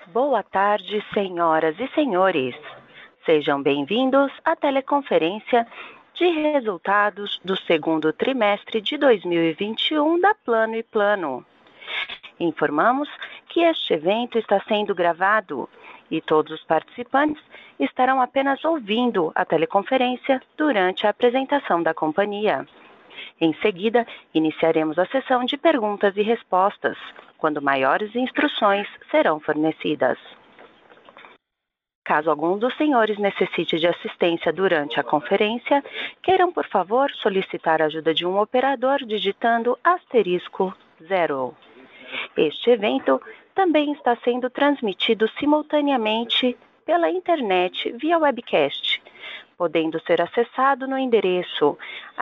Boa tarde, senhoras e senhores. Sejam bem-vindos à teleconferência de resultados do segundo trimestre de 2021 da Plano & Plano. Informamos que este evento está sendo gravado e todos os participantes estarão apenas ouvindo a teleconferência durante a apresentação da companhia. Em seguida, iniciaremos a sessão de perguntas e respostas, quando maiores instruções serão fornecidas. Caso algum dos senhores necessite de assistência durante a conferência, queiram, por favor, solicitar a ajuda de um operador digitando *0. Este evento também está sendo transmitido simultaneamente pela internet via webcast, podendo ser acessado no endereço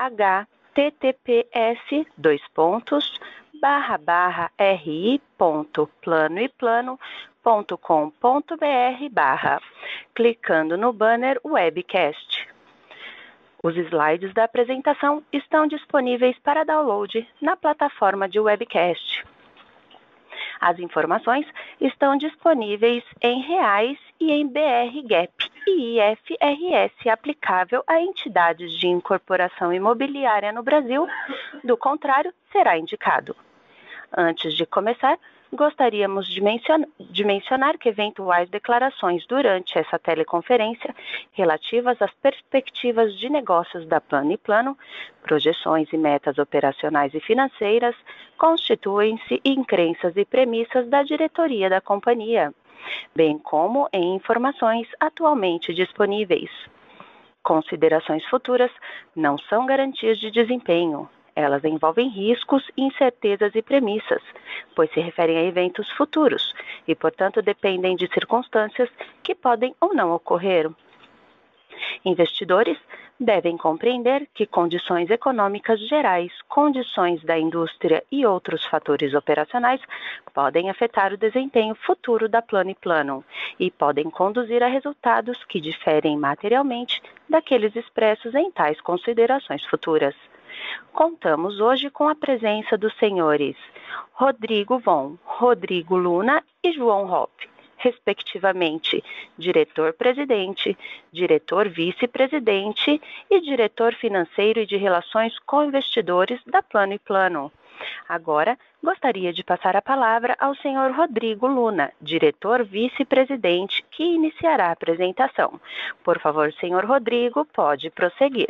https://ri.planoeplano.com.br/, clicando no banner webcast. Os slides da apresentação estão disponíveis para download na plataforma de webcast. As informações estão disponíveis em reais e em BR-GAAP e IFRS aplicável a entidades de incorporação imobiliária no Brasil, do contrário, será indicado. Antes de começar, gostaríamos de mencionar que eventuais declarações durante essa teleconferência relativas às perspectivas de negócios da Plano & Plano, projeções e metas operacionais e financeiras, constituem-se em crenças e premissas da diretoria da companhia, bem como em informações atualmente disponíveis. Considerações futuras não são garantias de desempenho. Elas envolvem riscos, incertezas e premissas, pois se referem a eventos futuros e, portanto, dependem de circunstâncias que podem ou não ocorrer. Investidores devem compreender que condições econômicas gerais, condições da indústria e outros fatores operacionais podem afetar o desempenho futuro da Plano & Plano e podem conduzir a resultados que diferem materialmente daqueles expressos em tais considerações futuras. Contamos hoje com a presença dos senhores Rodrigo Von, Rodrigo Luna e João Hoppe, respectivamente, diretor-presidente, diretor vice-presidente e diretor financeiro e de relações com investidores da Plano & Plano. Agora, gostaria de passar a palavra ao senhor Rodrigo Luna, diretor vice-presidente, que iniciará a apresentação. Por favor, senhor Rodrigo, pode prosseguir.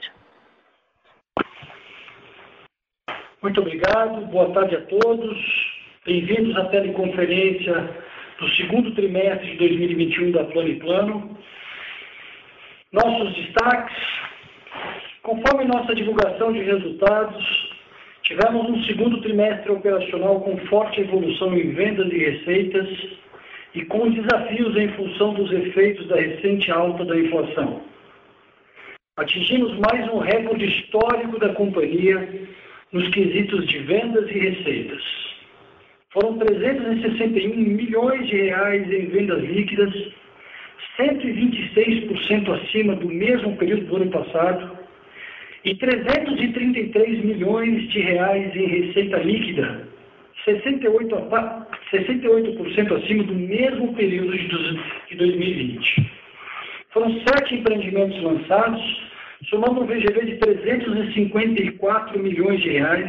Muito obrigado, boa tarde a todos. Bem-vindos à teleconferência do segundo trimestre de 2021 da Plano & Plano. Nossos destaques: conforme nossa divulgação de resultados, tivemos um segundo trimestre operacional com forte evolução em vendas e receitas e com desafios em função dos efeitos da recente alta da inflação. Atingimos mais um recorde histórico da companhia nos quesitos de vendas e receitas. Foram 361 milhões de reais em vendas líquidas, 126% acima do mesmo período do ano passado, e 333 milhões de reais em receita líquida, 68% acima do mesmo período de 2020. Foram 7 empreendimentos lançados, somando um VGV de 354 milhões de reais,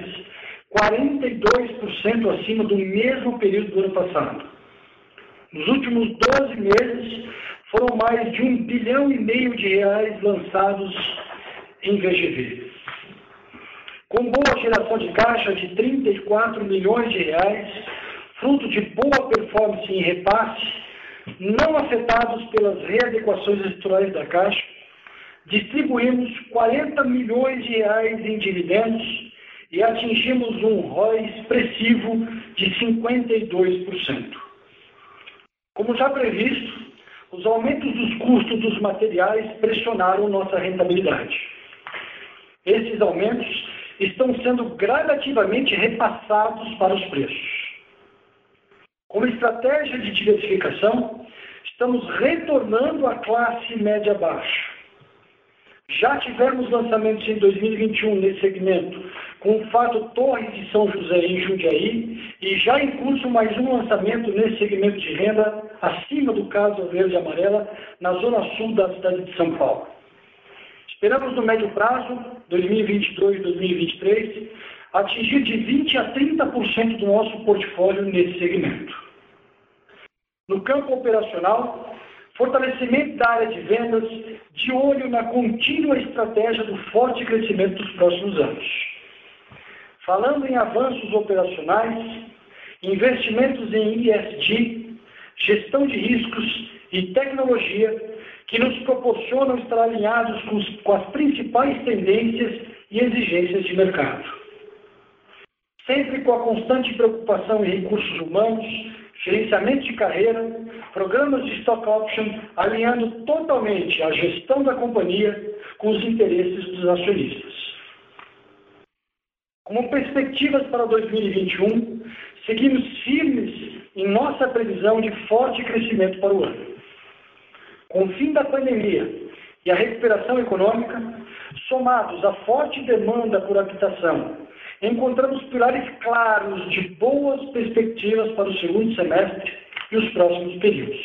42% acima do mesmo período do ano passado. Nos últimos 12 meses, foram mais de 1,5 bilhão de reais lançados em VGV. Com boa geração de caixa de 34 milhões de reais, fruto de boa performance em repasse, não afetados pelas readequações estruturais da caixa, distribuímos 40 milhões de reais em dividendos e atingimos um ROI expressivo de 52%. Como já previsto, os aumentos dos custos dos materiais pressionaram nossa rentabilidade. Esses aumentos estão sendo gradativamente repassados para os preços. Como estratégia de diversificação, estamos retornando à classe média-baixa. Já tivemos lançamentos em 2021 nesse segmento com o Fato Torres de São José em Jundiaí e já em curso mais um lançamento nesse segmento de renda acima do caso verde e amarela na zona sul da cidade de São Paulo. Esperamos no médio prazo, 2022 e 2023, atingir de 20% a 30% do nosso portfólio nesse segmento. No campo operacional, fortalecimento da área de vendas, de olho na contínua estratégia do forte crescimento dos próximos anos. Falando em avanços operacionais, investimentos em ESG, gestão de riscos e tecnologia que nos proporcionam estar alinhados com as principais tendências e exigências de mercado. Sempre com a constante preocupação em recursos humanos, gerenciamento de carreira, programas de stock option, alinhando totalmente a gestão da companhia com os interesses dos acionistas. Como perspectivas para 2021, seguimos firmes em nossa previsão de forte crescimento para o ano. Com o fim da pandemia e a recuperação econômica, somados à forte demanda por habitação, encontramos pilares claros de boas perspectivas para o segundo semestre e os próximos períodos.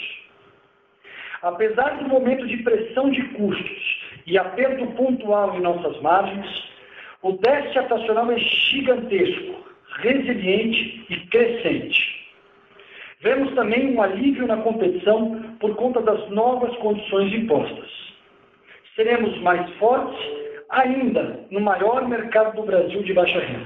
Apesar do momento de pressão de custos e aperto pontual em nossas margens, o déficit habitacional é gigantesco, resiliente e crescente. Vemos também um alívio na competição por conta das novas condições impostas. Seremos mais fortes ainda no maior mercado do Brasil de baixa renda.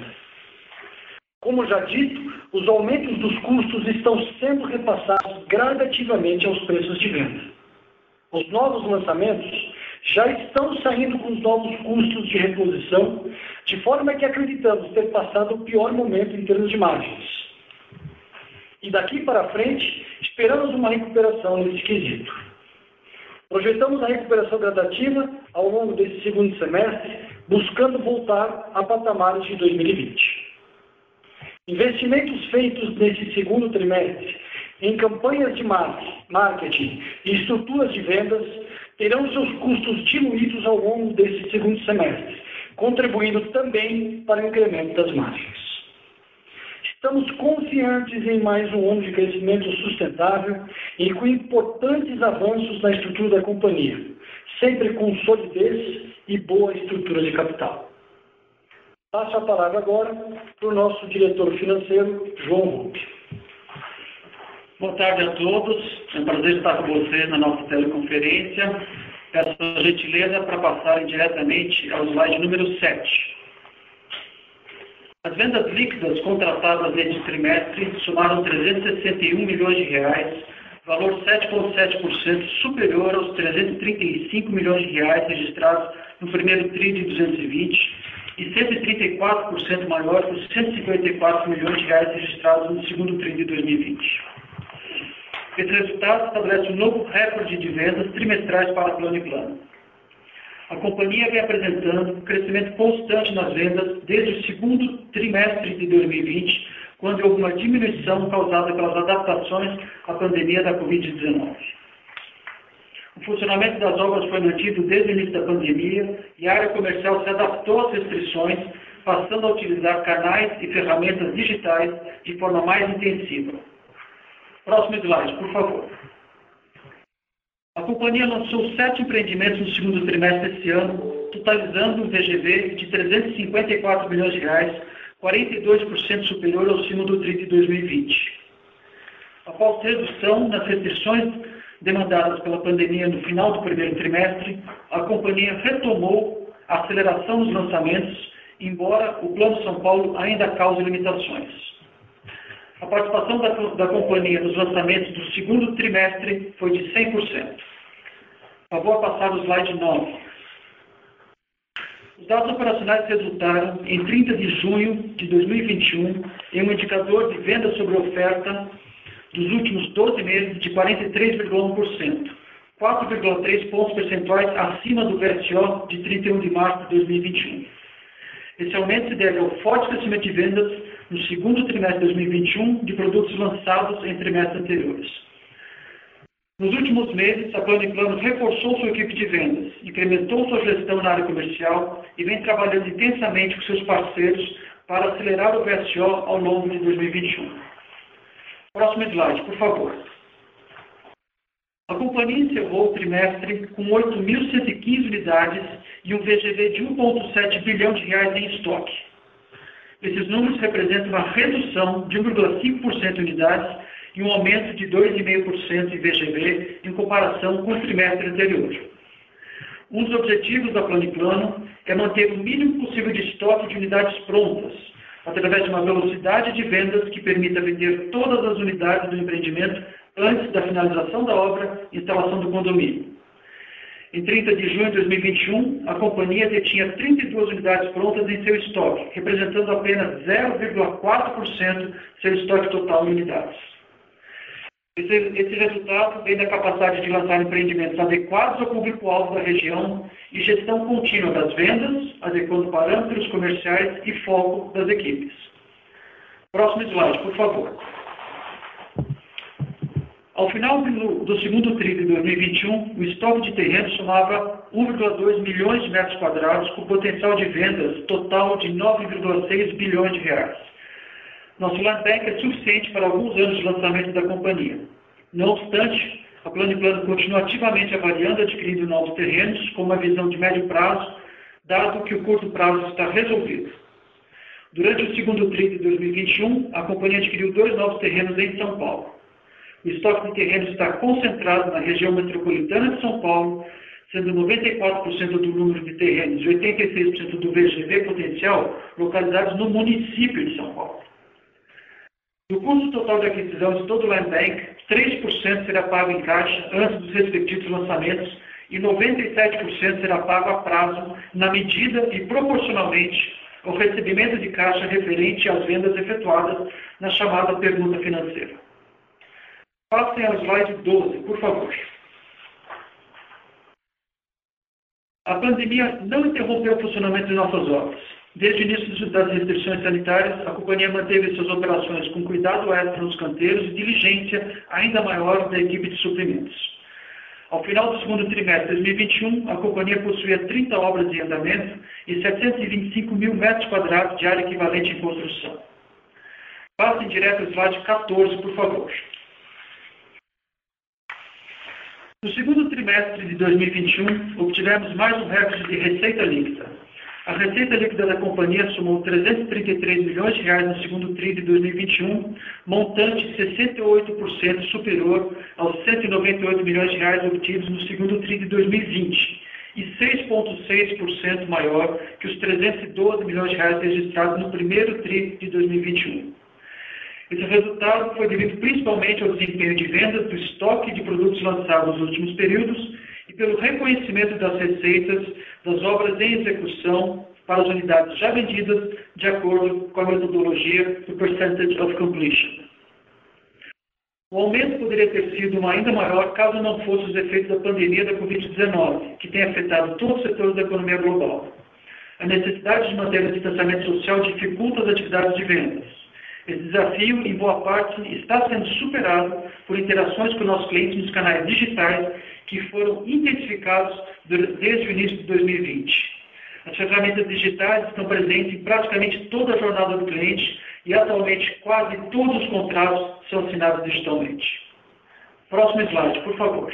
Como já dito, os aumentos dos custos estão sendo repassados gradativamente aos preços de venda. Os novos lançamentos já estão saindo com os novos custos de reposição, de forma que acreditamos ter passado o pior momento em termos de margens. E daqui para frente, esperamos uma recuperação nesse quesito. Projetamos a recuperação gradativa ao longo desse segundo semestre, buscando voltar a patamares de 2020. Investimentos feitos nesse segundo trimestre em campanhas de marketing e estruturas de vendas terão seus custos diluídos ao longo desse segundo semestre, contribuindo também para o incremento das margens. Estamos confiantes em mais um ano de crescimento sustentável e com importantes avanços na estrutura da companhia, sempre com solidez e boa estrutura de capital. Passo a palavra agora para o nosso diretor financeiro, João Rupp. Boa tarde a todos. É um prazer estar com vocês na nossa teleconferência. Peço a gentileza para passarem diretamente ao slide número 7. As vendas líquidas contratadas neste trimestre somaram 361 milhões de reais, valor 7,7% superior aos 335 milhões de reais registrados no primeiro TRI de 2020 e 134% maior que os 154 milhões de reais registrados no segundo TRI de 2020. Esse resultado estabelece um novo recorde de vendas trimestrais para a Plano & Plano. A companhia vem apresentando um crescimento constante nas vendas desde o segundo trimestre de 2020, quando houve uma diminuição causada pelas adaptações à pandemia da Covid-19. O funcionamento das obras foi mantido desde o início da pandemia e a área comercial se adaptou às restrições, passando a utilizar canais e ferramentas digitais de forma mais intensiva. Próximo slide, por favor. A companhia lançou 7 empreendimentos no segundo trimestre deste ano, totalizando um VGV de 354 milhões de reais, 42% superior ao segundo TRI de 2020. Após redução nas restrições demandadas pela pandemia no final do primeiro trimestre, a companhia retomou a aceleração dos lançamentos, embora o Plano São Paulo ainda cause limitações. A participação da companhia nos lançamentos do segundo trimestre foi de 100%. Favor passar o slide 9. Os dados operacionais resultaram, em 30 de junho de 2021, em um indicador de venda sobre oferta dos últimos 12 meses de 43,1%, 4,3 pontos percentuais acima do VSO de 31 de março de 2021. Esse aumento se deve ao forte crescimento de vendas no segundo trimestre de 2021 de produtos lançados em trimestres anteriores. Nos últimos meses, a Plano reforçou sua equipe de vendas, incrementou sua gestão na área comercial e vem trabalhando intensamente com seus parceiros para acelerar o VSO ao longo de 2021. Próximo slide, por favor. A companhia encerrou o trimestre com 8.115 unidades e um VGV de 1,7 bilhão de reais em estoque. Esses números representam uma redução de 1,5% em unidades e um aumento de 2,5% em VGV em comparação com o trimestre anterior. Um dos objetivos da Plano é manter o mínimo possível de estoque de unidades prontas, através de uma velocidade de vendas que permita vender todas as unidades do empreendimento antes da finalização da obra e instalação do condomínio. Em 30 de junho de 2021, a companhia detinha 32 unidades prontas em seu estoque, representando apenas 0,4% de seu estoque total de unidades. Esse resultado vem da capacidade de lançar empreendimentos adequados ao público-alvo da região e gestão contínua das vendas, adequando parâmetros comerciais e foco das equipes. Próximo slide, por favor. Ao final do segundo TRI de 2021, o estoque de terrenos somava 1,2 milhões de metros quadrados, com potencial de vendas total de 9,6 bilhões de reais. Nosso land bank é suficiente para alguns anos de lançamento da companhia. Não obstante, a Plano continua ativamente avaliando e adquirindo novos terrenos com uma visão de médio prazo, dado que o curto prazo está resolvido. Durante o segundo TRI de 2021, a companhia adquiriu 2 novos terrenos em São Paulo. O estoque de terrenos está concentrado na região metropolitana de São Paulo, sendo 94% do número de terrenos e 86% do VGV potencial localizados no município de São Paulo. Do custo total de aquisição de todo o land bank, 3% será pago em caixa antes dos respectivos lançamentos e 97% será pago a prazo na medida e proporcionalmente ao recebimento de caixa referente às vendas efetuadas na chamada permuta financeira. Passem ao slide 12, por favor. A pandemia não interrompeu o funcionamento de nossas obras. Desde o início das restrições sanitárias, a companhia manteve suas operações com cuidado extra nos canteiros e diligência ainda maior da equipe de suprimentos. Ao final do segundo trimestre de 2021, a companhia possuía 30 obras em andamento e 725 mil metros quadrados de área equivalente em construção. Passem direto ao slide 14, por favor. No segundo trimestre de 2021, obtivemos mais um recorde de receita líquida. A receita líquida da companhia somou 333 milhões de reais no segundo TRI de 2021, montante 68% superior aos 198 milhões de reais obtidos no segundo TRI de 2020 e 6,6% maior que os 312 milhões de reais registrados no primeiro TRI de 2021. Esse resultado foi devido principalmente ao desempenho de vendas do estoque de produtos lançados nos últimos períodos e pelo reconhecimento das receitas das obras em execução para as unidades já vendidas, de acordo com a metodologia do Percentage of Completion. O aumento poderia ter sido ainda maior caso não fossem os efeitos da pandemia da Covid-19, que tem afetado todos os setores da economia global. A necessidade de manter o distanciamento social dificulta as atividades de vendas. Esse desafio, em boa parte, está sendo superado por interações com nossos clientes nos canais digitais que foram intensificados desde o início de 2020. As ferramentas digitais estão presentes em praticamente toda a jornada do cliente e, atualmente, quase todos os contratos são assinados digitalmente. Próximo slide, por favor.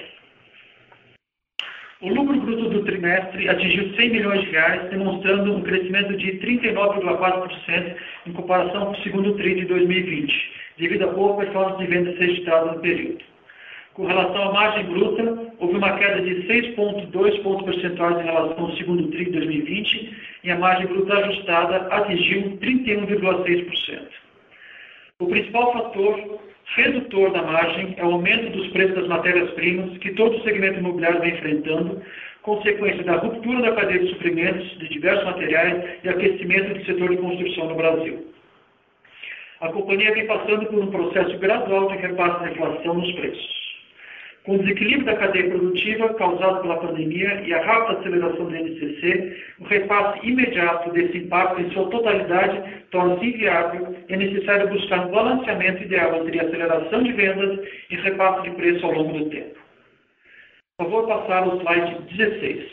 O lucro bruto do trimestre atingiu 100 milhões de reais, demonstrando um crescimento de 39,4% em comparação com o segundo TRI de 2020, devido à boa performance de vendas registrada no período. Com relação à margem bruta, houve uma queda de 6,2 pontos percentuais em relação ao segundo TRI de 2020 e a margem bruta ajustada atingiu 31,6%. O principal fator redutor da margem é o aumento dos preços das matérias-primas que todo o segmento imobiliário vem enfrentando, consequência da ruptura da cadeia de suprimentos de diversos materiais e aquecimento do setor de construção no Brasil. A companhia vem passando por um processo gradual de repasse da inflação nos preços. Com o desequilíbrio da cadeia produtiva causado pela pandemia e a rápida aceleração do INCC, o repasse imediato desse impacto em sua totalidade torna-se inviável e é necessário buscar um balanceamento ideal entre aceleração de vendas e repasse de preço ao longo do tempo. Por favor, passar ao slide 16.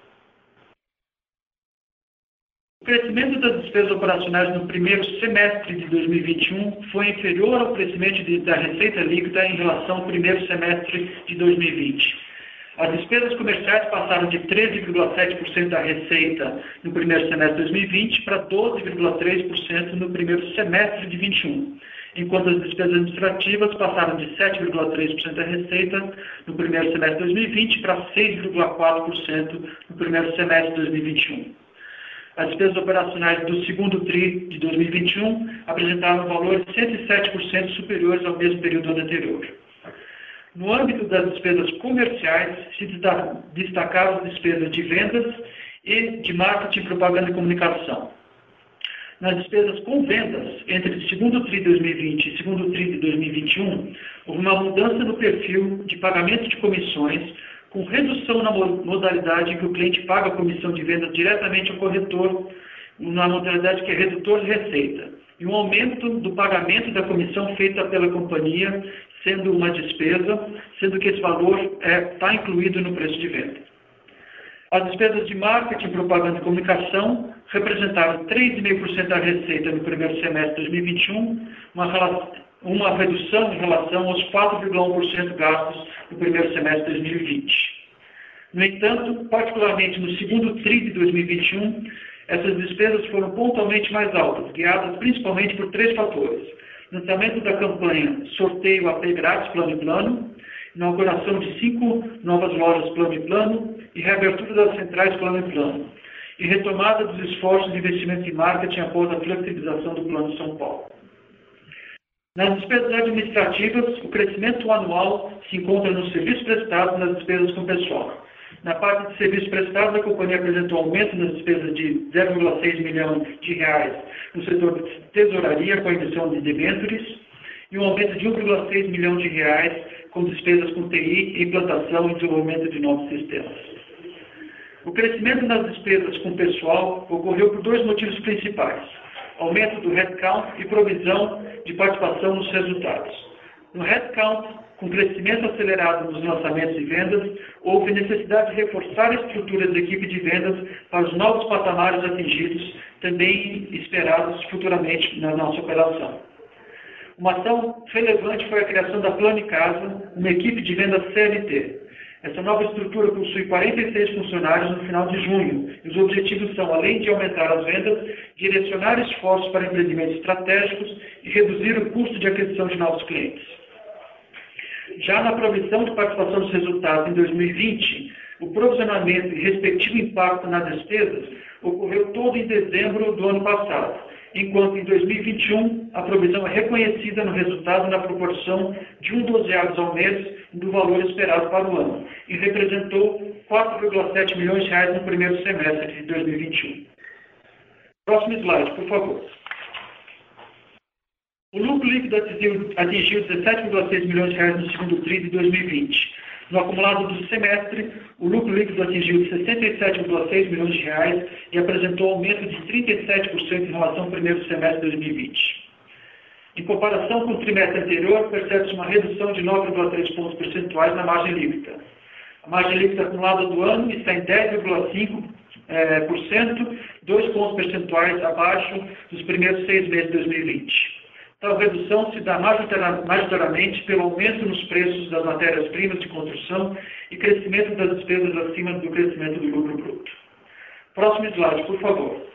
O crescimento das despesas operacionais no primeiro semestre de 2021 foi inferior ao crescimento da receita líquida em relação ao primeiro semestre de 2020. As despesas comerciais passaram de 13,7% da receita no primeiro semestre de 2020 para 12,3% no primeiro semestre de 2021, enquanto as despesas administrativas passaram de 7,3% da receita no primeiro semestre de 2020 para 6,4% no primeiro semestre de 2021. As despesas operacionais do segundo TRI de 2021 apresentaram valores 107% superiores ao mesmo período do ano anterior. No âmbito das despesas comerciais, se destacaram as despesas de vendas e de marketing, propaganda e comunicação. Nas despesas com vendas, entre o segundo TRI de 2020 e segundo TRI de 2021, houve uma mudança no perfil de pagamento de comissões, com redução na modalidade em que o cliente paga a comissão de vendas diretamente ao corretor, na modalidade que é redutor de receita, e um aumento do pagamento da comissão feita pela companhia, sendo uma despesa, sendo que esse valor está incluído no preço de venda. As despesas de marketing, propaganda e comunicação representaram 3,5% da receita no primeiro semestre de 2021, uma redução em relação aos 4,1% gastos no primeiro semestre de 2020. No entanto, particularmente no segundo TRI de 2021, essas despesas foram pontualmente mais altas, guiadas principalmente por 3 fatores: lançamento da campanha Sorteio AP Grátis Plano e Plano, inauguração de 5 novas lojas Plano e Plano e reabertura das centrais Plano e Plano, e retomada dos esforços de investimento em marketing após a flexibilização do Plano São Paulo. Nas despesas administrativas, o crescimento anual se encontra nos serviços prestados e nas despesas com pessoal. Na parte de serviços prestados, a companhia apresentou aumento nas despesas de 0,6 milhão de reais no setor de tesouraria com a emissão de debêntures e um aumento de 1,6 milhão de reais com despesas com TI, implantação e desenvolvimento de novos sistemas. O crescimento nas despesas com pessoal ocorreu por 2 motivos principais: aumento do headcount e provisão de participação nos resultados. No headcount, com crescimento acelerado nos lançamentos e vendas, houve necessidade de reforçar a estrutura da equipe de vendas para os novos patamares atingidos, também esperados futuramente na nossa operação. Uma ação relevante foi a criação da Plano em Casa, uma equipe de vendas CLT. Essa nova estrutura possui 46 funcionários no final de junho, e os objetivos são, além de aumentar as vendas, direcionar esforços para empreendimentos estratégicos e reduzir o custo de aquisição de novos clientes. Já na provisão de participação dos resultados em 2020, o provisionamento e respectivo impacto nas despesas ocorreu todo em dezembro do ano passado, enquanto em 2021 a provisão é reconhecida no resultado na proporção de 1/12 ao mês do valor esperado para o ano, e representou 4,7 milhões de reais no primeiro semestre de 2021. Próximo slide, por favor. O lucro líquido atingiu 17,6 milhões de reais no segundo TRI de 2020. No acumulado do semestre, o lucro líquido atingiu 67,6 milhões de reais e apresentou aumento de 37% em relação ao primeiro semestre de 2020. Em comparação com o trimestre anterior, percebe-se uma redução de 9,3 pontos percentuais na margem líquida. A margem líquida acumulada do ano está em 10,5%, 2 pontos percentuais abaixo dos primeiros 6 meses de 2020. Tal redução se dá majoritariamente pelo aumento nos preços das matérias-primas de construção e crescimento das despesas acima do crescimento do lucro bruto. Próximo slide, por favor.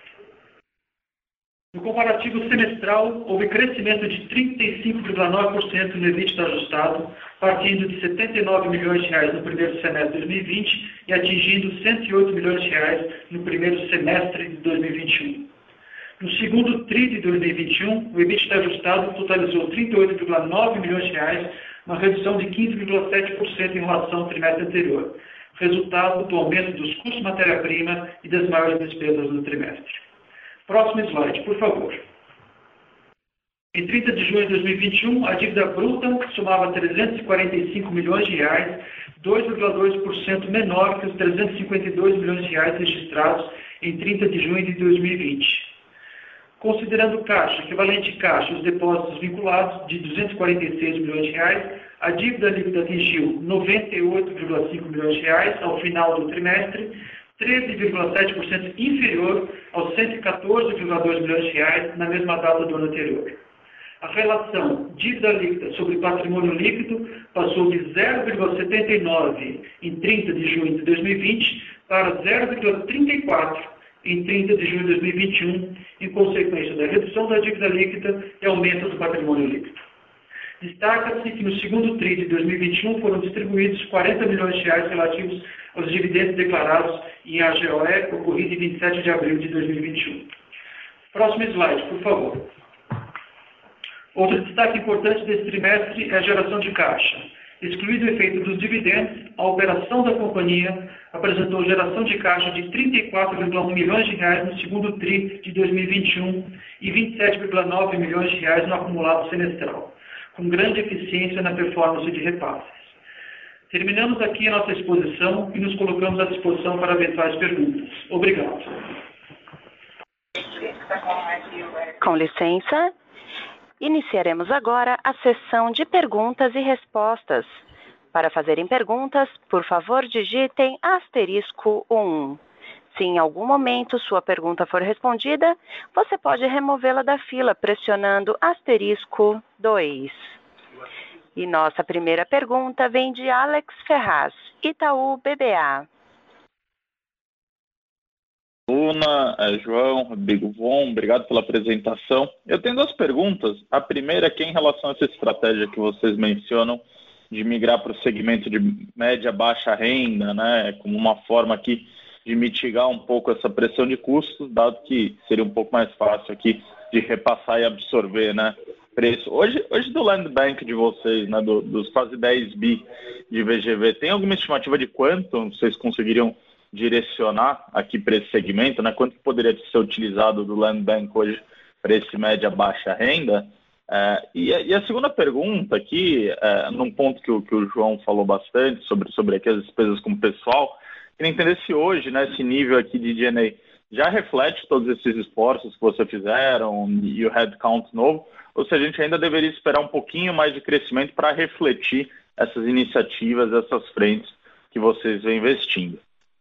No comparativo semestral, houve crescimento de 35,9% no EBITDA ajustado, partindo de 79 milhões de reais no primeiro semestre de 2020 e atingindo 108 milhões de reais no primeiro semestre de 2021. No segundo TRI de 2021, o EBITDA ajustado totalizou 38,9 milhões de reais, uma redução de 15,7% em relação ao trimestre anterior, resultado do aumento dos custos de matéria-prima e das maiores despesas no trimestre. Próximo slide, por favor. Em 30 de junho de 2021, a dívida bruta somava 345 milhões de reais, 2,2% menor que os 352 milhões de reais registrados em 30 de junho de 2020. Considerando caixa, equivalente caixa e os depósitos vinculados de 246 milhões de reais, A dívida líquida atingiu 98,5 milhões de reais ao final do trimestre, 13,7% inferior aos 114,2 milhões de reais na mesma data do ano anterior. A relação dívida líquida sobre patrimônio líquido passou de 0,79 em 30 de junho de 2020 para 0,34 em 30 de junho de 2021, em consequência da redução da dívida líquida e aumento do patrimônio líquido. Destaca-se que no segundo TRI de 2021 foram distribuídos 40 milhões de reais relativos aos dividendos declarados em AGOE, ocorrido em 27 de abril de 2021. Próximo slide, por favor. Outro destaque importante desse trimestre é a geração de caixa. Excluído o efeito dos dividendos, a operação da companhia apresentou geração de caixa de 34,1 milhões de reais no segundo TRI de 2021 e 27,9 milhões de reais no acumulado semestral, com grande eficiência na performance de repasses. Terminamos aqui a nossa exposição e nos colocamos à disposição para eventuais perguntas. Obrigado. Com licença, iniciaremos agora a sessão de perguntas e respostas. Para fazerem perguntas, por favor, digitem *1. Se em algum momento sua pergunta for respondida, você pode removê-la da fila pressionando *2. E nossa primeira pergunta vem de Alex Ferraz, Itaú BBA. Luna, João, Rodrigo Von, obrigado pela apresentação. Eu tenho duas perguntas. A primeira é que em relação a essa estratégia que vocês mencionam de migrar para o segmento de média, baixa renda, né, como uma forma aqui de mitigar um pouco essa pressão de custos, dado que seria um pouco mais fácil aqui de repassar e absorver, né, preço. Hoje do land bank de vocês, né, dos quase 10 bi de VGV, tem alguma estimativa de quanto vocês conseguiriam direcionar aqui para esse segmento, né? Quanto poderia ser utilizado do land bank hoje para esse média baixa renda? E a segunda pergunta aqui, num ponto que o João falou bastante sobre aqui as despesas com o pessoal, queria entender se hoje, né, esse nível aqui de G&A já reflete todos esses esforços que vocês fizeram e o headcount novo, ou se a gente ainda deveria esperar um pouquinho mais de crescimento para refletir essas iniciativas, essas frentes que vocês vêm investindo.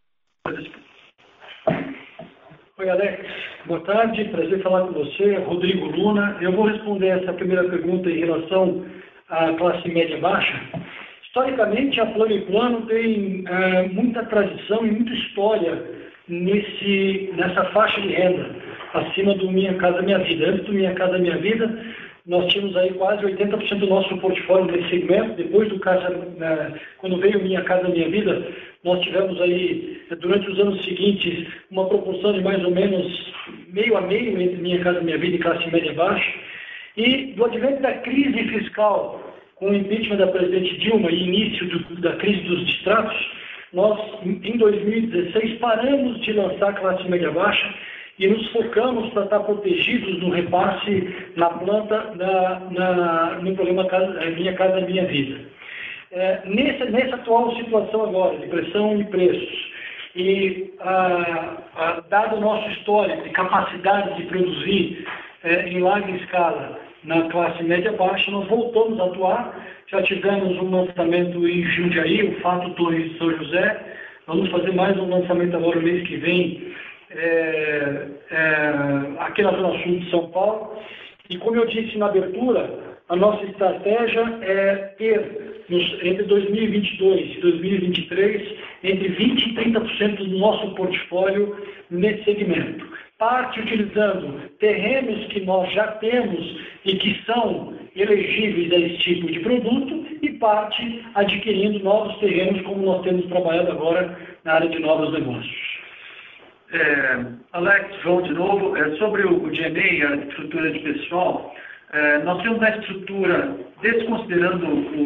Oi, Alex. Boa tarde. Prazer falar com você. Rodrigo Luna. Eu vou responder essa primeira pergunta em relação à classe média baixa. Historicamente, a Plano & Plano tem muita tradição e muita história nessa faixa de renda, acima do Minha Casa Minha Vida. Antes do Minha Casa Minha Vida, nós tínhamos aí quase 80% do nosso portfólio nesse segmento. Depois do quando veio Minha Casa Minha Vida, nós tivemos aí, durante os anos seguintes, uma proporção de mais ou menos meio a meio entre Minha Casa Minha Vida e classe média baixa. E do advento da crise fiscal, com o impeachment da presidente Dilma e início da crise dos distratos, nós, em 2016, paramos de lançar classe média baixa e nos focamos para estar protegidos no repasse na planta, no programa Minha Casa Minha Vida. Nessa atual situação agora, de pressão de preços, e dado o nosso histórico de capacidade de produzir em larga escala na classe média baixa, nós voltamos a atuar. Já tivemos um lançamento em Jundiaí, o Fato Torres São José. Vamos fazer mais um lançamento agora no mês que vem, aqui na Zona Sul de São Paulo. E como eu disse na abertura, a nossa estratégia é ter, entre 2022 e 2023, entre 20% e 30% do nosso portfólio nesse segmento. Parte utilizando terrenos que nós já temos e que são elegíveis a esse tipo de produto, e parte adquirindo novos terrenos, como nós temos trabalhado agora na área de novos negócios. Alex, João de novo, sobre o G&A, a estrutura de pessoal, nós temos na estrutura, desconsiderando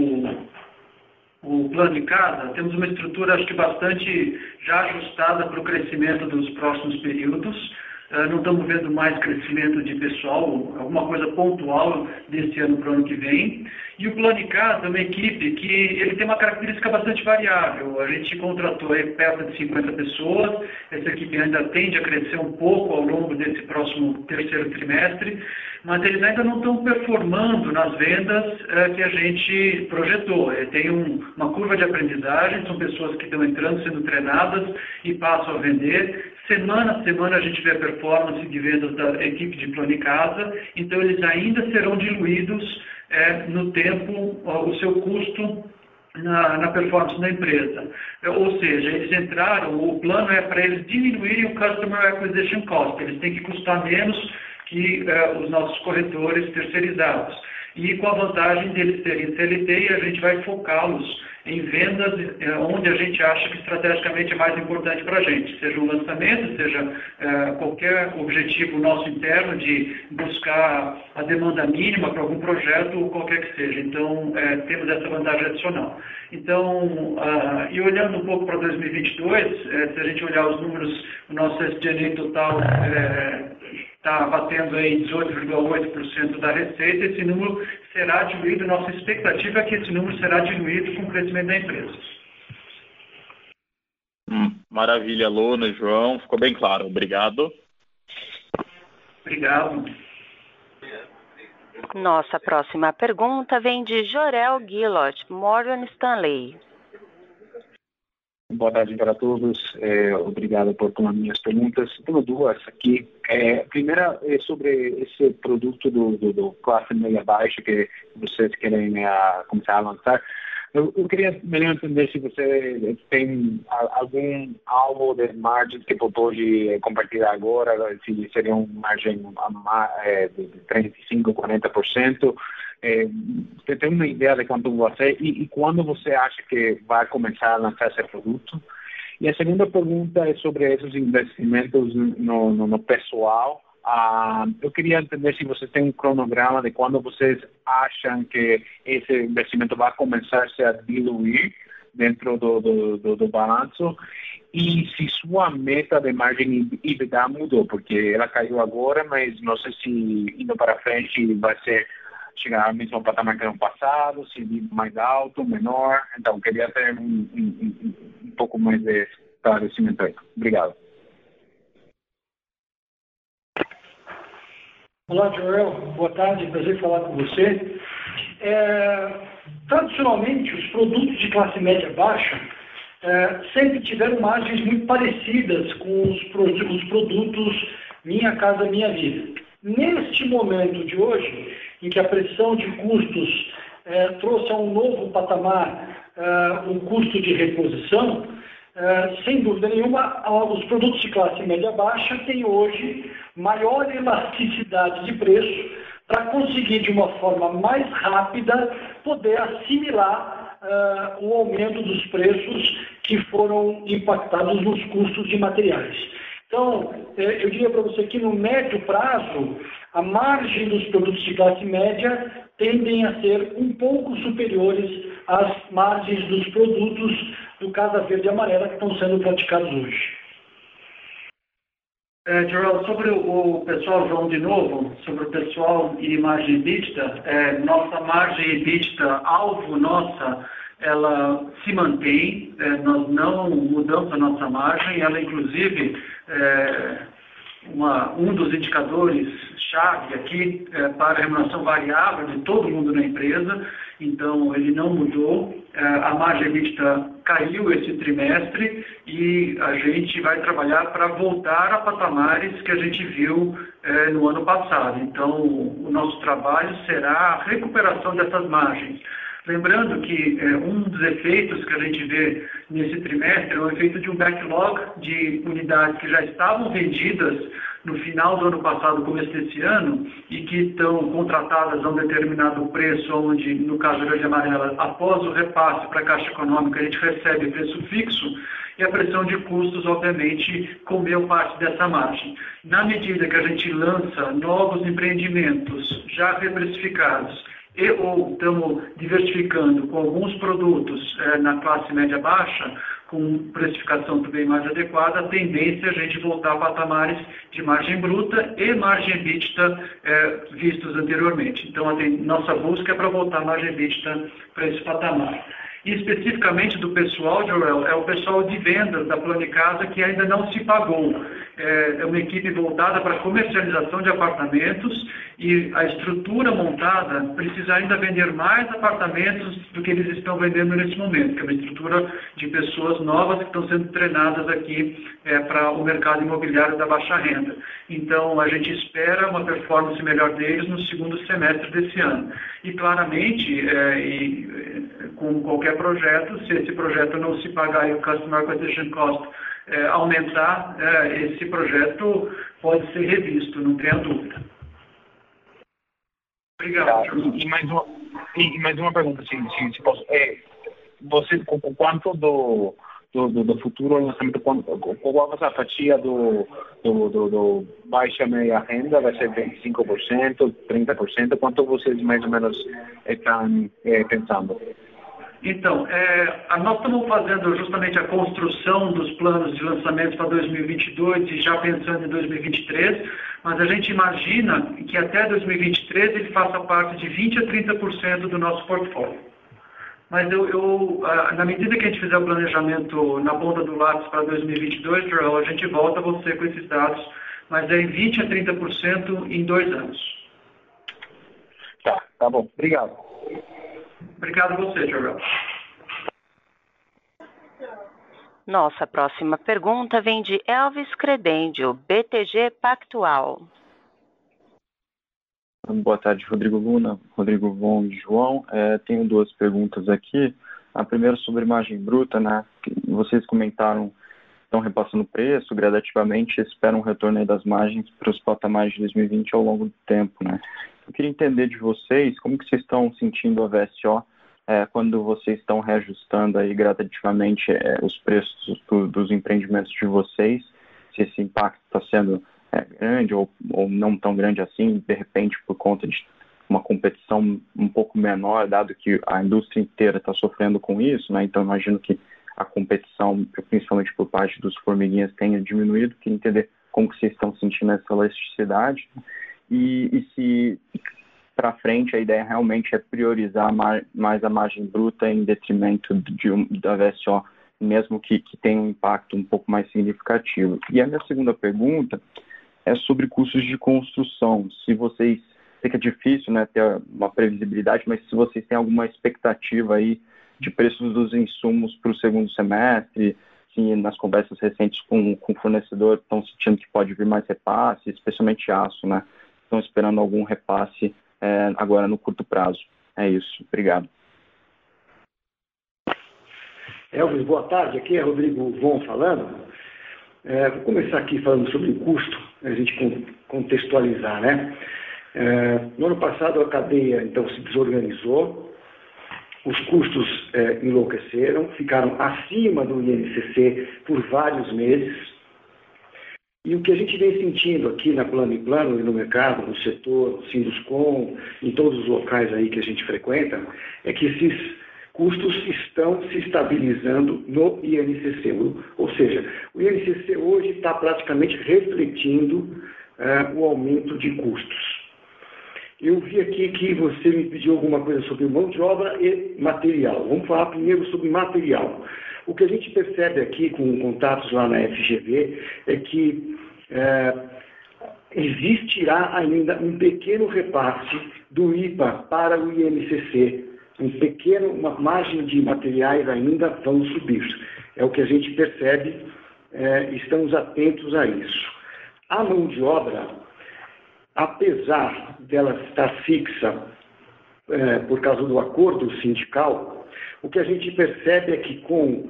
o plano de casa, temos uma estrutura, acho que bastante já ajustada para o crescimento dos próximos períodos. Não estamos vendo mais crescimento de pessoal, alguma coisa pontual desse ano para o ano que vem. E o plano de casa é uma equipe que ele tem uma característica bastante variável. A gente contratou aí perto de 50 pessoas, essa equipe ainda tende a crescer um pouco ao longo desse próximo terceiro trimestre, mas eles ainda não estão performando nas vendas que a gente projetou. Tem uma curva de aprendizagem, são pessoas que estão entrando, sendo treinadas e passam a vender. Semana a semana a gente vê a performance de vendas da equipe de plano e casa, então eles ainda serão diluídos no tempo, o seu custo na performance da empresa. Ou seja, eles entraram, o plano é para eles diminuírem o Customer Acquisition Cost, eles têm que custar menos que os nossos corretores terceirizados. E com a vantagem deles terem CLT, a gente vai focá-los em vendas onde a gente acha que estrategicamente é mais importante para a gente, seja um lançamento, seja qualquer objetivo nosso interno de buscar a demanda mínima para algum projeto ou qualquer que seja. Então, temos essa vantagem adicional. Então, e olhando um pouco para 2022, se a gente olhar os números, o nosso SG&A total está batendo aí 18,8% da receita, esse número será diluído, nossa expectativa é que esse número será diluído com o crescimento da empresa. Maravilha, Lona, João, ficou bem claro, obrigado. Obrigado. Nossa próxima pergunta vem de Jorel Guilot, Morgan Stanley. Boa tarde para todos. Obrigado por tomar minhas perguntas. Tenho duas aqui. A primeira é sobre esse produto do classe meia baixa que vocês querem começar a lançar. Eu queria melhor entender se você tem algum alvo de margem que pode compartilhar agora, se seria uma margem de 35%, 40%. Você tem uma ideia de quanto você e quando você acha que vai começar a lançar esse produto? E a segunda pergunta é sobre esses investimentos no pessoal. Eu queria entender se vocês têm um cronograma de quando vocês acham que esse investimento vai começar -se a diluir dentro do balanço e se sua meta de margem EBITDA mudou, porque ela caiu agora, mas não sei se indo para frente vai chegar ao mesmo patamar que no passado, se mais alto, menor. Então, queria ter um pouco mais de esclarecimento aí. Obrigado. Olá, Joel. Boa tarde, prazer falar com você. Tradicionalmente, os produtos de classe média baixa sempre tiveram margens muito parecidas com os produtos Minha Casa Minha Vida. Neste momento de hoje, em que a pressão de custos trouxe a um novo patamar um custo de reposição, sem dúvida nenhuma, os produtos de classe média baixa têm hoje maior elasticidade de preço para conseguir, de uma forma mais rápida, poder assimilar o aumento dos preços que foram impactados nos custos de materiais. Então, eu diria para você que no médio prazo, a margem dos produtos de classe média tendem a ser um pouco superiores às margens dos produtos do Casa Verde e Amarela que estão sendo praticados hoje. Joel, sobre o pessoal, João, de novo, sobre o pessoal e margem EBITDA, nossa margem EBITDA, alvo nossa, ela se mantém, nós não mudamos a nossa margem, ela inclusive, um dos indicadores-chave aqui para a remuneração variável de todo mundo na empresa, então ele não mudou, a margem EBITDA caiu esse trimestre e a gente vai trabalhar para voltar a patamares que a gente viu no ano passado. Então, o nosso trabalho será a recuperação dessas margens. Lembrando que um dos efeitos que a gente vê nesse trimestre é o efeito de um backlog de unidades que já estavam vendidas no final do ano passado, começo desse ano, e que estão contratadas a um determinado preço, onde, no caso verde e amarela, após o repasse para a Caixa Econômica, a gente recebe preço fixo, e a pressão de custos, obviamente, comeu parte dessa margem. Na medida que a gente lança novos empreendimentos já reprecificados, ou estamos diversificando com alguns produtos na classe média-baixa, com precificação também mais adequada, a tendência é a gente voltar a patamares de margem bruta e margem EBITDA vistos anteriormente. Então, nossa busca é para voltar a margem EBITDA para esse patamar. E especificamente do pessoal, Joel, é o pessoal de vendas da Plano Casa que ainda não se pagou. É uma equipe voltada para comercialização de apartamentos e a estrutura montada precisa ainda vender mais apartamentos do que eles estão vendendo nesse momento, que é uma estrutura de pessoas novas que estão sendo treinadas aqui para o mercado imobiliário da baixa renda. Então, a gente espera uma performance melhor deles no segundo semestre desse ano. E, claramente, com qualquer projeto, se esse projeto não se pagar e o Customer Acquisition Cost aumentar, esse projeto pode ser revisto, não tenha dúvida. Obrigado. E mais uma pergunta, se posso. Você, com quanto do futuro lançamento, qual vai ser a fatia do baixa meia renda? Vai ser 25%, 30%? Quanto vocês mais ou menos estão pensando? Então, nós estamos fazendo justamente a construção dos planos de lançamento para 2022 e já pensando em 2023, mas a gente imagina que até 2023 ele faça parte de 20% a 30% do nosso portfólio. Mas na medida que a gente fizer o planejamento na ponta do lápis para 2022, Joel, a gente volta a você com esses dados, mas é em 20% a 30% em 2 anos. Tá bom. Obrigado. Obrigado a você, Joel. Nossa próxima pergunta vem de Elvis Credendio, BTG Pactual. Boa tarde, Rodrigo Luna, Rodrigo Von e João. Tenho 2 perguntas aqui. A primeira sobre margem bruta, né? Vocês comentaram, estão repassando o preço gradativamente e esperam um retorno aí das margens para os patamares de 2020 ao longo do tempo, né? Eu queria entender de vocês como que vocês estão sentindo a VSO quando vocês estão reajustando aí gradativamente os preços dos empreendimentos de vocês, se esse impacto está sendo grande ou não tão grande assim, de repente por conta de uma competição um pouco menor, dado que a indústria inteira está sofrendo com isso, né? Então imagino que a competição, principalmente por parte dos formiguinhas, tenha diminuído. Queria entender como que vocês estão sentindo essa elasticidade e se para frente a ideia realmente é priorizar mais a margem bruta em detrimento da VSO, mesmo que tenha um impacto um pouco mais significativo. E a minha segunda pergunta é sobre custos de construção. Se vocês, sei que é difícil, né, ter uma previsibilidade, mas se vocês têm alguma expectativa aí de preços dos insumos para o segundo semestre, se nas conversas recentes com o fornecedor estão sentindo que pode vir mais repasse, especialmente aço, né? Estão esperando algum repasse agora no curto prazo. É isso. Obrigado. Elvis, boa tarde. Aqui é Rodrigo Von falando. Vou começar aqui falando sobre o custo, a gente contextualizar, né? No ano passado a cadeia, então, se desorganizou, os custos enlouqueceram, ficaram acima do INCC por vários meses. E o que a gente vem sentindo aqui na Plano em Plano e no mercado, no setor, no Sinduscom, em todos os locais aí que a gente frequenta, é que esses custos estão se estabilizando no INCC. Ou seja, o INCC hoje está praticamente refletindo o aumento de custos. Eu vi aqui que você me pediu alguma coisa sobre mão de obra e material. Vamos falar primeiro sobre material. O que a gente percebe aqui com contatos lá na FGV é que existirá ainda um pequeno repasse do IPA para o INCC. Uma margem de materiais ainda vão subir. É o que a gente percebe, estamos atentos a isso. A mão de obra, apesar dela estar fixa por causa do acordo sindical, o que a gente percebe é que com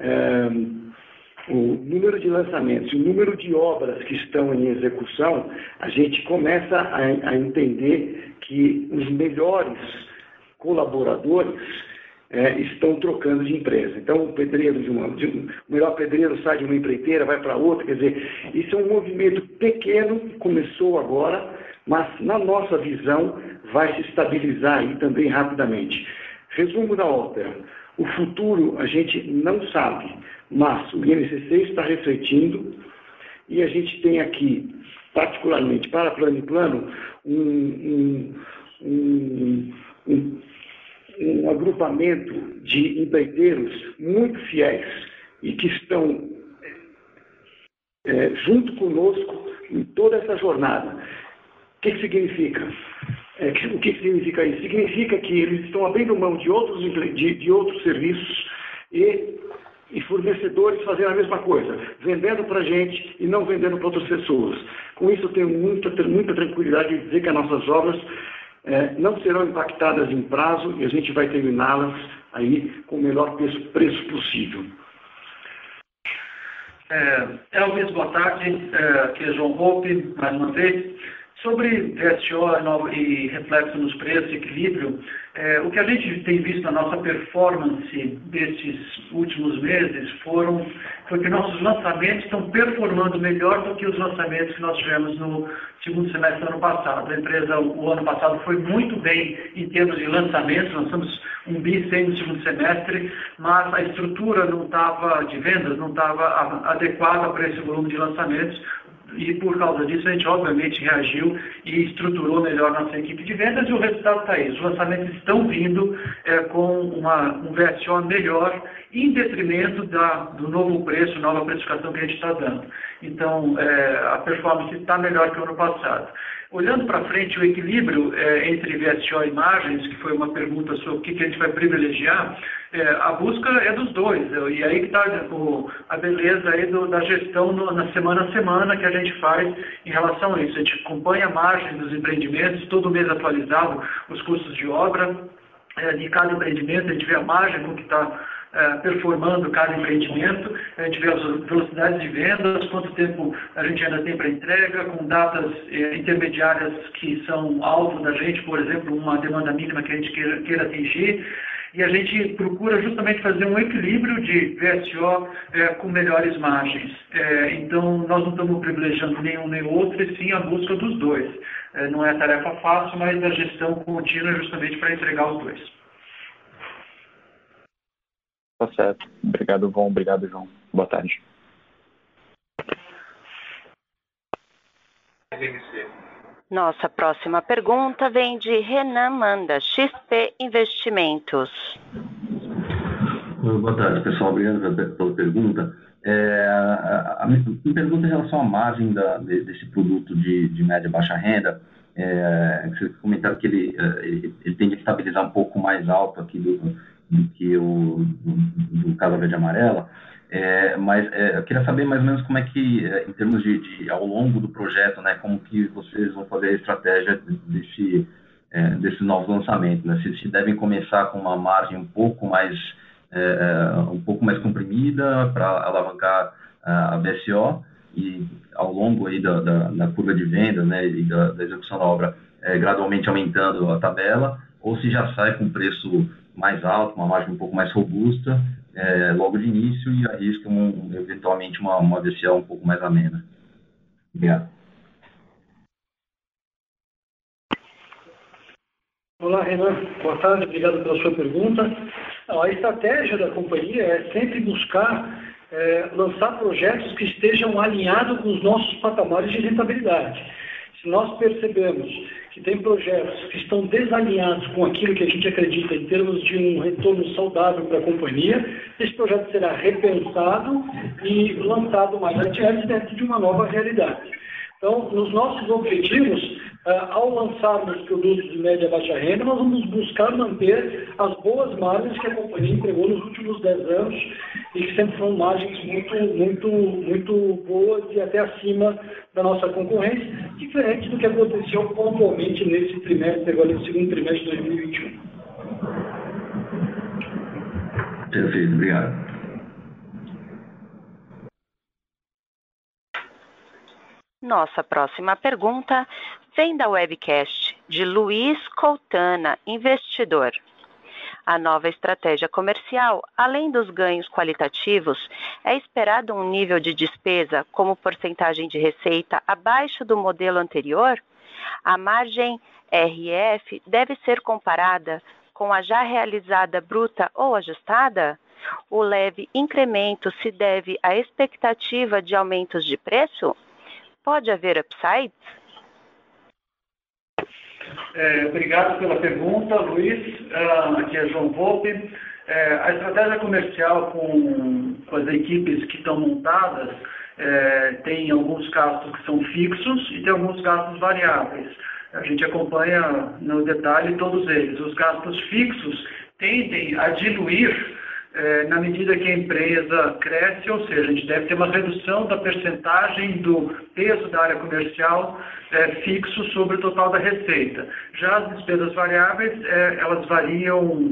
o número de lançamentos e o número de obras que estão em execução, a gente começa a entender que os melhores colaboradores estão trocando de empresa. Então, o pedreiro o melhor pedreiro sai de uma empreiteira, vai para outra, quer dizer, isso é um movimento pequeno que começou agora, mas na nossa visão vai se estabilizar aí também rapidamente. Resumo da ópera. O futuro a gente não sabe, mas o INCC está refletindo e a gente tem aqui, particularmente para Plano em Plano, um agrupamento de empreiteiros muito fiéis e que estão junto conosco em toda essa jornada. O que significa? O que significa isso? Significa que eles estão abrindo mão de outros serviços e fornecedores fazendo a mesma coisa, vendendo para a gente e não vendendo para outras pessoas. Com isso, eu tenho muita tranquilidade de dizer que as nossas obras não serão impactadas em prazo e a gente vai terminá-las aí com o melhor preço possível. Elvis, boa tarde. Aqui é João Hope, mais uma vez. Sobre VSO e reflexo nos preços, equilíbrio, o que a gente tem visto na nossa performance desses últimos meses foi que nossos lançamentos estão performando melhor do que os lançamentos que nós tivemos no segundo semestre do ano passado. A empresa, o ano passado, foi muito bem em termos de lançamentos, lançamos 1 bi 100 no segundo semestre, mas a estrutura de vendas não estava adequada para esse volume de lançamentos. E por causa disso a gente obviamente reagiu e estruturou melhor nossa equipe de vendas e o resultado está aí. Os lançamentos estão vindo com um VSO melhor em detrimento do novo preço, nova precificação que a gente está dando. Então a performance está melhor que o ano passado. Olhando para frente, o equilíbrio entre VSO e margens, que foi uma pergunta sobre o que a gente vai privilegiar, a busca é dos dois. E aí que está a beleza aí da gestão na semana a semana que a gente faz em relação a isso. A gente acompanha a margem dos empreendimentos, todo mês atualizado os custos de obra de cada empreendimento, a gente vê a margem com que está performando cada empreendimento, a gente vê as velocidades de vendas, quanto tempo a gente ainda tem para entrega, com datas intermediárias que são alvo da gente, por exemplo, uma demanda mínima que a gente queira atingir, e a gente procura justamente fazer um equilíbrio de VSO com melhores margens. Então, nós não estamos privilegiando nenhum nem outro, e sim a busca dos dois. Não é tarefa fácil, mas a gestão contínua é justamente para entregar os dois. Tá certo. Obrigado, Von. Obrigado, João. Boa tarde. Nossa próxima pergunta vem de Renan Manda, XP Investimentos. Boa tarde, pessoal. Obrigado pela pergunta. A minha pergunta em relação à margem desse produto de média e baixa renda, vocês comentaram que ele tende a estabilizar um pouco mais alto aqui do que o do Casa Verde e Amarela, mas eu queria saber mais ou menos como é que, em termos de ao longo do projeto, né, como que vocês vão fazer a estratégia desses novos lançamentos, né? Se devem começar com uma margem um pouco mais comprimida para alavancar a VSO e ao longo aí da curva de venda, né, e da execução da obra gradualmente aumentando a tabela, ou se já sai com preço mais alto, uma margem um pouco mais robusta logo de início e arrisca eventualmente uma VSO um pouco mais amena. Obrigado. Olá, Renan. Boa tarde. Obrigado pela sua pergunta. A estratégia da companhia é sempre buscar lançar projetos que estejam alinhados com os nossos patamares de rentabilidade. Se nós percebemos que tem projetos que estão desalinhados com aquilo que a gente acredita em termos de um retorno saudável para a companhia, esse projeto será repensado e lançado mais adiante dentro de uma nova realidade. Então, nos nossos objetivos, ao lançarmos produtos de média e baixa renda, nós vamos buscar manter as boas margens que a companhia entregou nos últimos 10 anos e que sempre foram margens muito boas e até acima da nossa concorrência, diferente do que aconteceu pontualmente nesse trimestre, agora no segundo trimestre de 2021. Perfeito, obrigado. Nossa próxima pergunta vem da webcast de Luiz Coutana, investidor. A nova estratégia comercial, além dos ganhos qualitativos, é esperado um nível de despesa como porcentagem de receita abaixo do modelo anterior? A margem RF deve ser comparada com a já realizada bruta ou ajustada? O leve incremento se deve à expectativa de aumentos de preço? Pode haver upsides? Obrigado pela pergunta, Luiz. Aqui é João Volpe. A estratégia comercial com as equipes que estão montadas tem alguns gastos que são fixos e tem alguns gastos variáveis. A gente acompanha no detalhe todos eles. Os gastos fixos tendem a diluir na medida que a empresa cresce, ou seja, a gente deve ter uma redução da percentagem do peso da área comercial fixo sobre o total da receita. Já as despesas variáveis, elas variam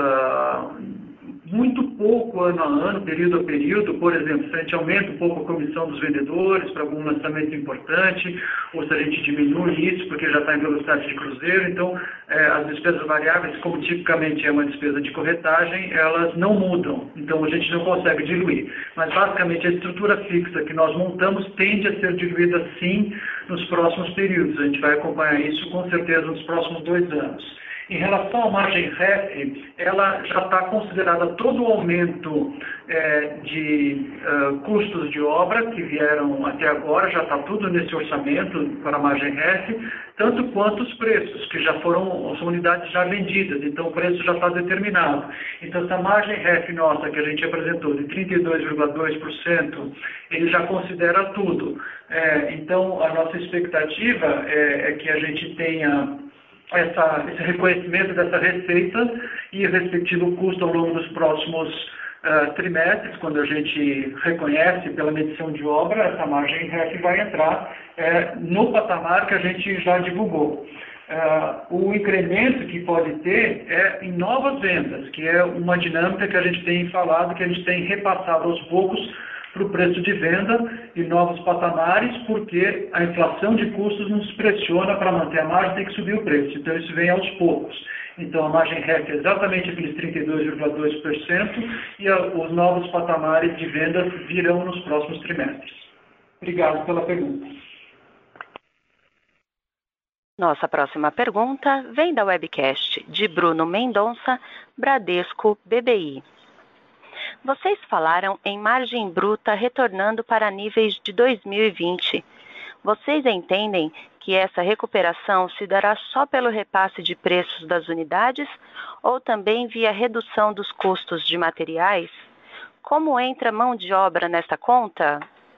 muito pouco ano a ano, período a período. Por exemplo, se a gente aumenta um pouco a comissão dos vendedores para algum lançamento importante, ou se a gente diminui isso porque já está em velocidade de cruzeiro. Então, as despesas variáveis, como tipicamente é uma despesa de corretagem, elas não mudam. Então, a gente não consegue diluir. Mas, basicamente, a estrutura fixa que nós montamos tende a ser diluída, sim, nos próximos períodos. A gente vai acompanhar isso, com certeza, nos próximos 2 anos. Em relação à margem REF, ela já está considerada todo o aumento de custos de obra que vieram até agora, já está tudo nesse orçamento para a margem REF, tanto quanto os preços, que já são unidades já vendidas, então o preço já está determinado. Então, essa margem REF nossa, que a gente apresentou, de 32,2%, ele já considera tudo. Então, a nossa expectativa é que a gente tenha esse reconhecimento dessa receita e respectivo custo ao longo dos próximos trimestres. Quando a gente reconhece pela medição de obra, essa margem REF vai entrar no patamar que a gente já divulgou. O incremento que pode ter é em novas vendas, que é uma dinâmica que a gente tem falado, que a gente tem repassado aos poucos para o preço de venda e novos patamares, porque a inflação de custos nos pressiona para manter a margem, tem que subir o preço. Então, isso vem aos poucos. Então, a margem REF é exatamente aqueles 32,2% e os novos patamares de vendas virão nos próximos trimestres. Obrigado pela pergunta. Nossa próxima pergunta vem da webcast de Bruno Mendonça, Bradesco BBI. Vocês falaram em margem bruta retornando para níveis de 2020. Vocês entendem que essa recuperação se dará só pelo repasse de preços das unidades ou também via redução dos custos de materiais? Como entra mão de obra nessa conta?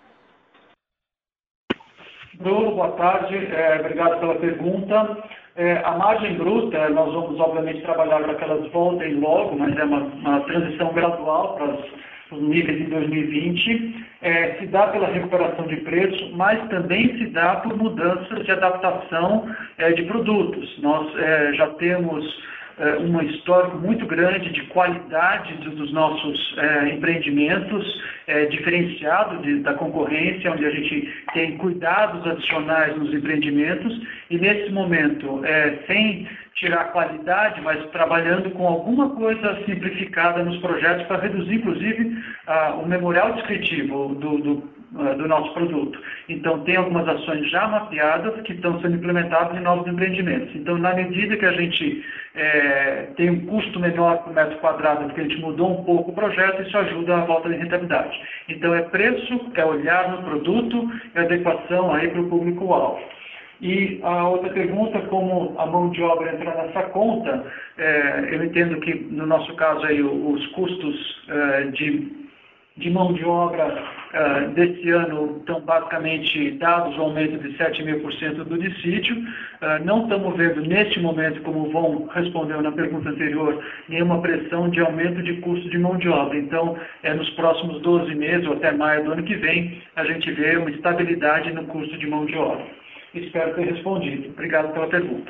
Bruno, boa tarde. Obrigado pela pergunta. A margem bruta, nós vamos obviamente trabalhar para que elas voltem logo, mas é uma transição gradual para os níveis de 2020. Se dá pela recuperação de preço, mas também se dá por mudanças de adaptação de produtos. Nós já temos um histórico muito grande de qualidade dos nossos empreendimentos, diferenciado da concorrência, onde a gente tem cuidados adicionais nos empreendimentos e, nesse momento, sem tirar a qualidade, mas trabalhando com alguma coisa simplificada nos projetos para reduzir, inclusive, o memorial descritivo do nosso produto. Então, tem algumas ações já mapeadas que estão sendo implementadas em novos empreendimentos. Então, na medida que a gente tem um custo menor por metro quadrado, porque a gente mudou um pouco o projeto, isso ajuda a volta de rentabilidade. Então, é preço, é olhar no produto e adequação aí para o público-alvo. E a outra pergunta, como a mão de obra entra nessa conta, eu entendo que, no nosso caso, aí, os custos de mão de obra desse ano estão basicamente dados o aumento de 7,5% do dissídio. Não estamos vendo neste momento, como o Von respondeu na pergunta anterior, nenhuma pressão de aumento de custo de mão de obra. Então, nos próximos 12 meses, ou até maio do ano que vem, a gente vê uma estabilidade no custo de mão de obra. Espero ter respondido. Obrigado pela pergunta.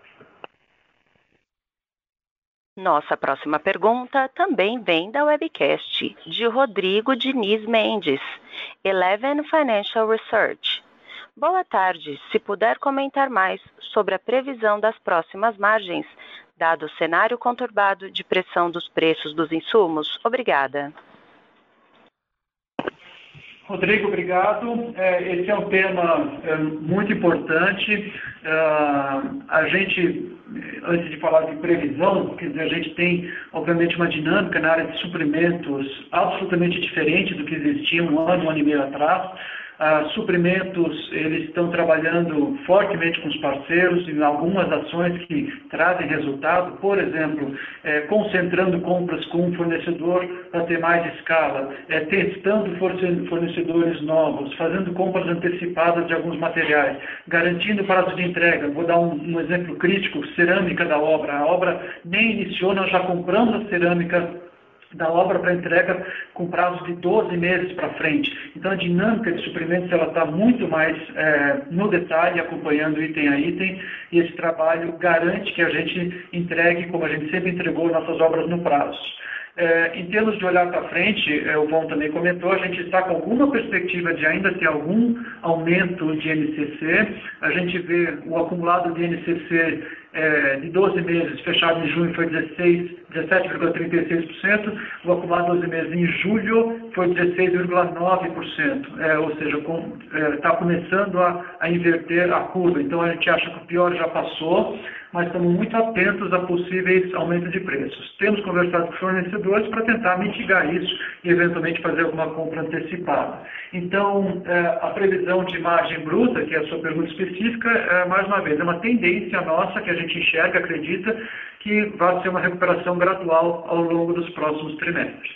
Nossa próxima pergunta também vem da webcast de Rodrigo Diniz Mendes, Eleven Financial Research. Boa tarde. Se puder comentar mais sobre a previsão das próximas margens, dado o cenário conturbado de pressão dos preços dos insumos. Obrigada. Rodrigo, obrigado. Esse é um tema muito importante. A gente, antes de falar de previsão, quer dizer, a gente tem, obviamente, uma dinâmica na área de suprimentos absolutamente diferente do que existia um ano e meio atrás. Suprimentos, eles estão trabalhando fortemente com os parceiros em algumas ações que trazem resultado, por exemplo, concentrando compras com um fornecedor para ter mais escala, testando fornecedores novos, fazendo compras antecipadas de alguns materiais, garantindo prazo de entrega. Vou dar um exemplo crítico, cerâmica da obra. A obra nem iniciou, nós já compramos a cerâmica da obra para entrega com prazo de 12 meses para frente. Então, a dinâmica de suprimentos ela está muito mais no detalhe, acompanhando item a item, e esse trabalho garante que a gente entregue, como a gente sempre entregou, nossas obras no prazo. Em termos de olhar para frente, o Von também comentou, a gente está com alguma perspectiva de ainda ter algum aumento de NCC. A gente vê o acumulado de NCC de 12 meses, fechado em junho, foi 17,36%, o acumulado de 12 meses em julho foi 16,9%, ou seja, está começando a inverter a curva. Então, a gente acha que o pior já passou, mas estamos muito atentos a possíveis aumentos de preços. Temos conversado com os fornecedores para tentar mitigar isso e, eventualmente, fazer alguma compra antecipada. Então, a previsão de margem bruta, que é a sua pergunta específica, mais uma vez, é uma tendência nossa que a gente enxerga, acredita, que vai ser uma recuperação gradual ao longo dos próximos trimestres.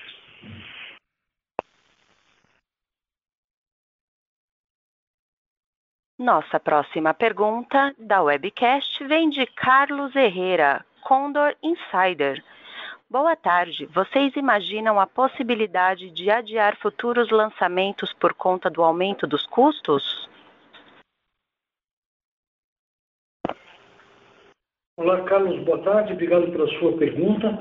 Nossa próxima pergunta da webcast vem de Carlos Herrera, Condor Insider. Boa tarde. Vocês imaginam a possibilidade de adiar futuros lançamentos por conta do aumento dos custos? Olá, Carlos. Boa tarde. Obrigado pela sua pergunta.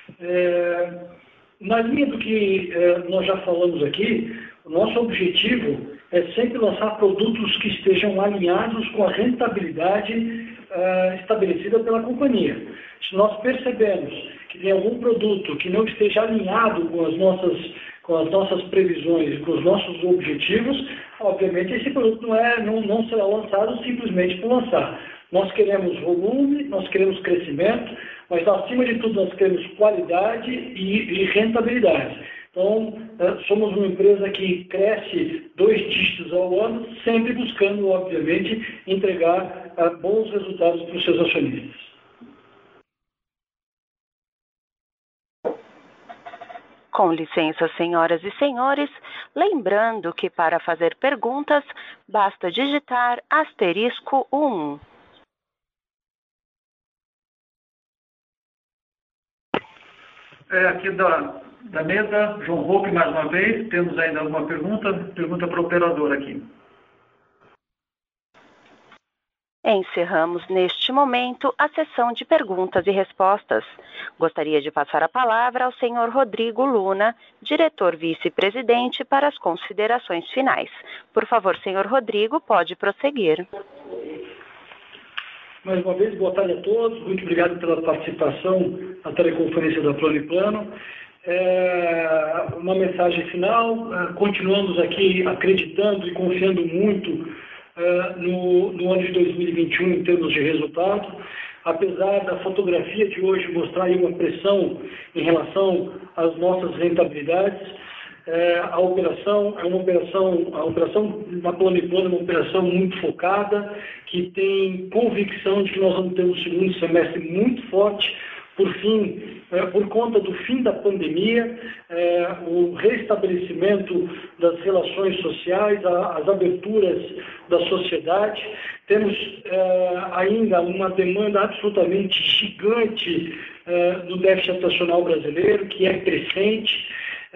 Na linha do que nós já falamos aqui, o nosso objetivo é sempre lançar produtos que estejam alinhados com a rentabilidade estabelecida pela companhia. Se nós percebemos que tem algum produto que não esteja alinhado com as nossas previsões, com os nossos objetivos, obviamente esse produto não será lançado simplesmente por lançar. Nós queremos volume, nós queremos crescimento, mas acima de tudo nós queremos qualidade e rentabilidade. Então, somos uma empresa que cresce 2 dígitos ao ano, sempre buscando, obviamente, entregar bons resultados para os seus acionistas. Com licença, senhoras e senhores, lembrando que para fazer perguntas, basta digitar *1. Aqui da mesa, João Roupe, mais uma vez, temos ainda alguma pergunta? Pergunta para o operador aqui. Encerramos neste momento a sessão de perguntas e respostas. Gostaria de passar a palavra ao senhor Rodrigo Luna, diretor vice-presidente, para as considerações finais. Por favor, senhor Rodrigo, pode prosseguir. Mais uma vez, boa tarde a todos. Muito obrigado pela participação na teleconferência da Plano e Plano. Uma mensagem final. Continuamos aqui acreditando e confiando muito no ano de 2021 em termos de resultado. Apesar da fotografia de hoje mostrar aí uma pressão em relação às nossas rentabilidades, a operação na Plano e Plano é uma operação muito focada, que tem convicção de que nós vamos ter um segundo semestre muito forte, por conta do fim da pandemia, o restabelecimento das relações sociais, as aberturas da sociedade. Temos ainda uma demanda absolutamente gigante do déficit habitacional brasileiro, que é crescente,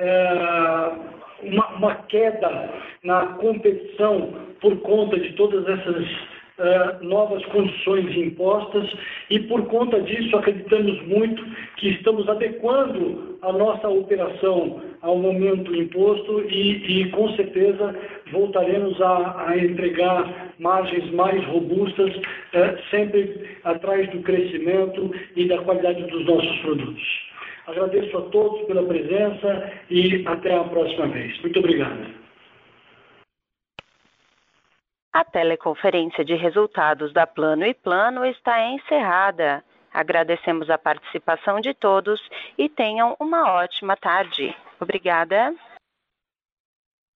uma queda na competição por conta de todas essas novas condições impostas, e por conta disso acreditamos muito que estamos adequando a nossa operação ao momento imposto e com certeza voltaremos a entregar margens mais robustas, sempre atrás do crescimento e da qualidade dos nossos produtos. Agradeço a todos pela presença e até a próxima vez. Muito obrigado. A teleconferência de resultados da Plano e Plano está encerrada. Agradecemos a participação de todos e tenham uma ótima tarde. Obrigada.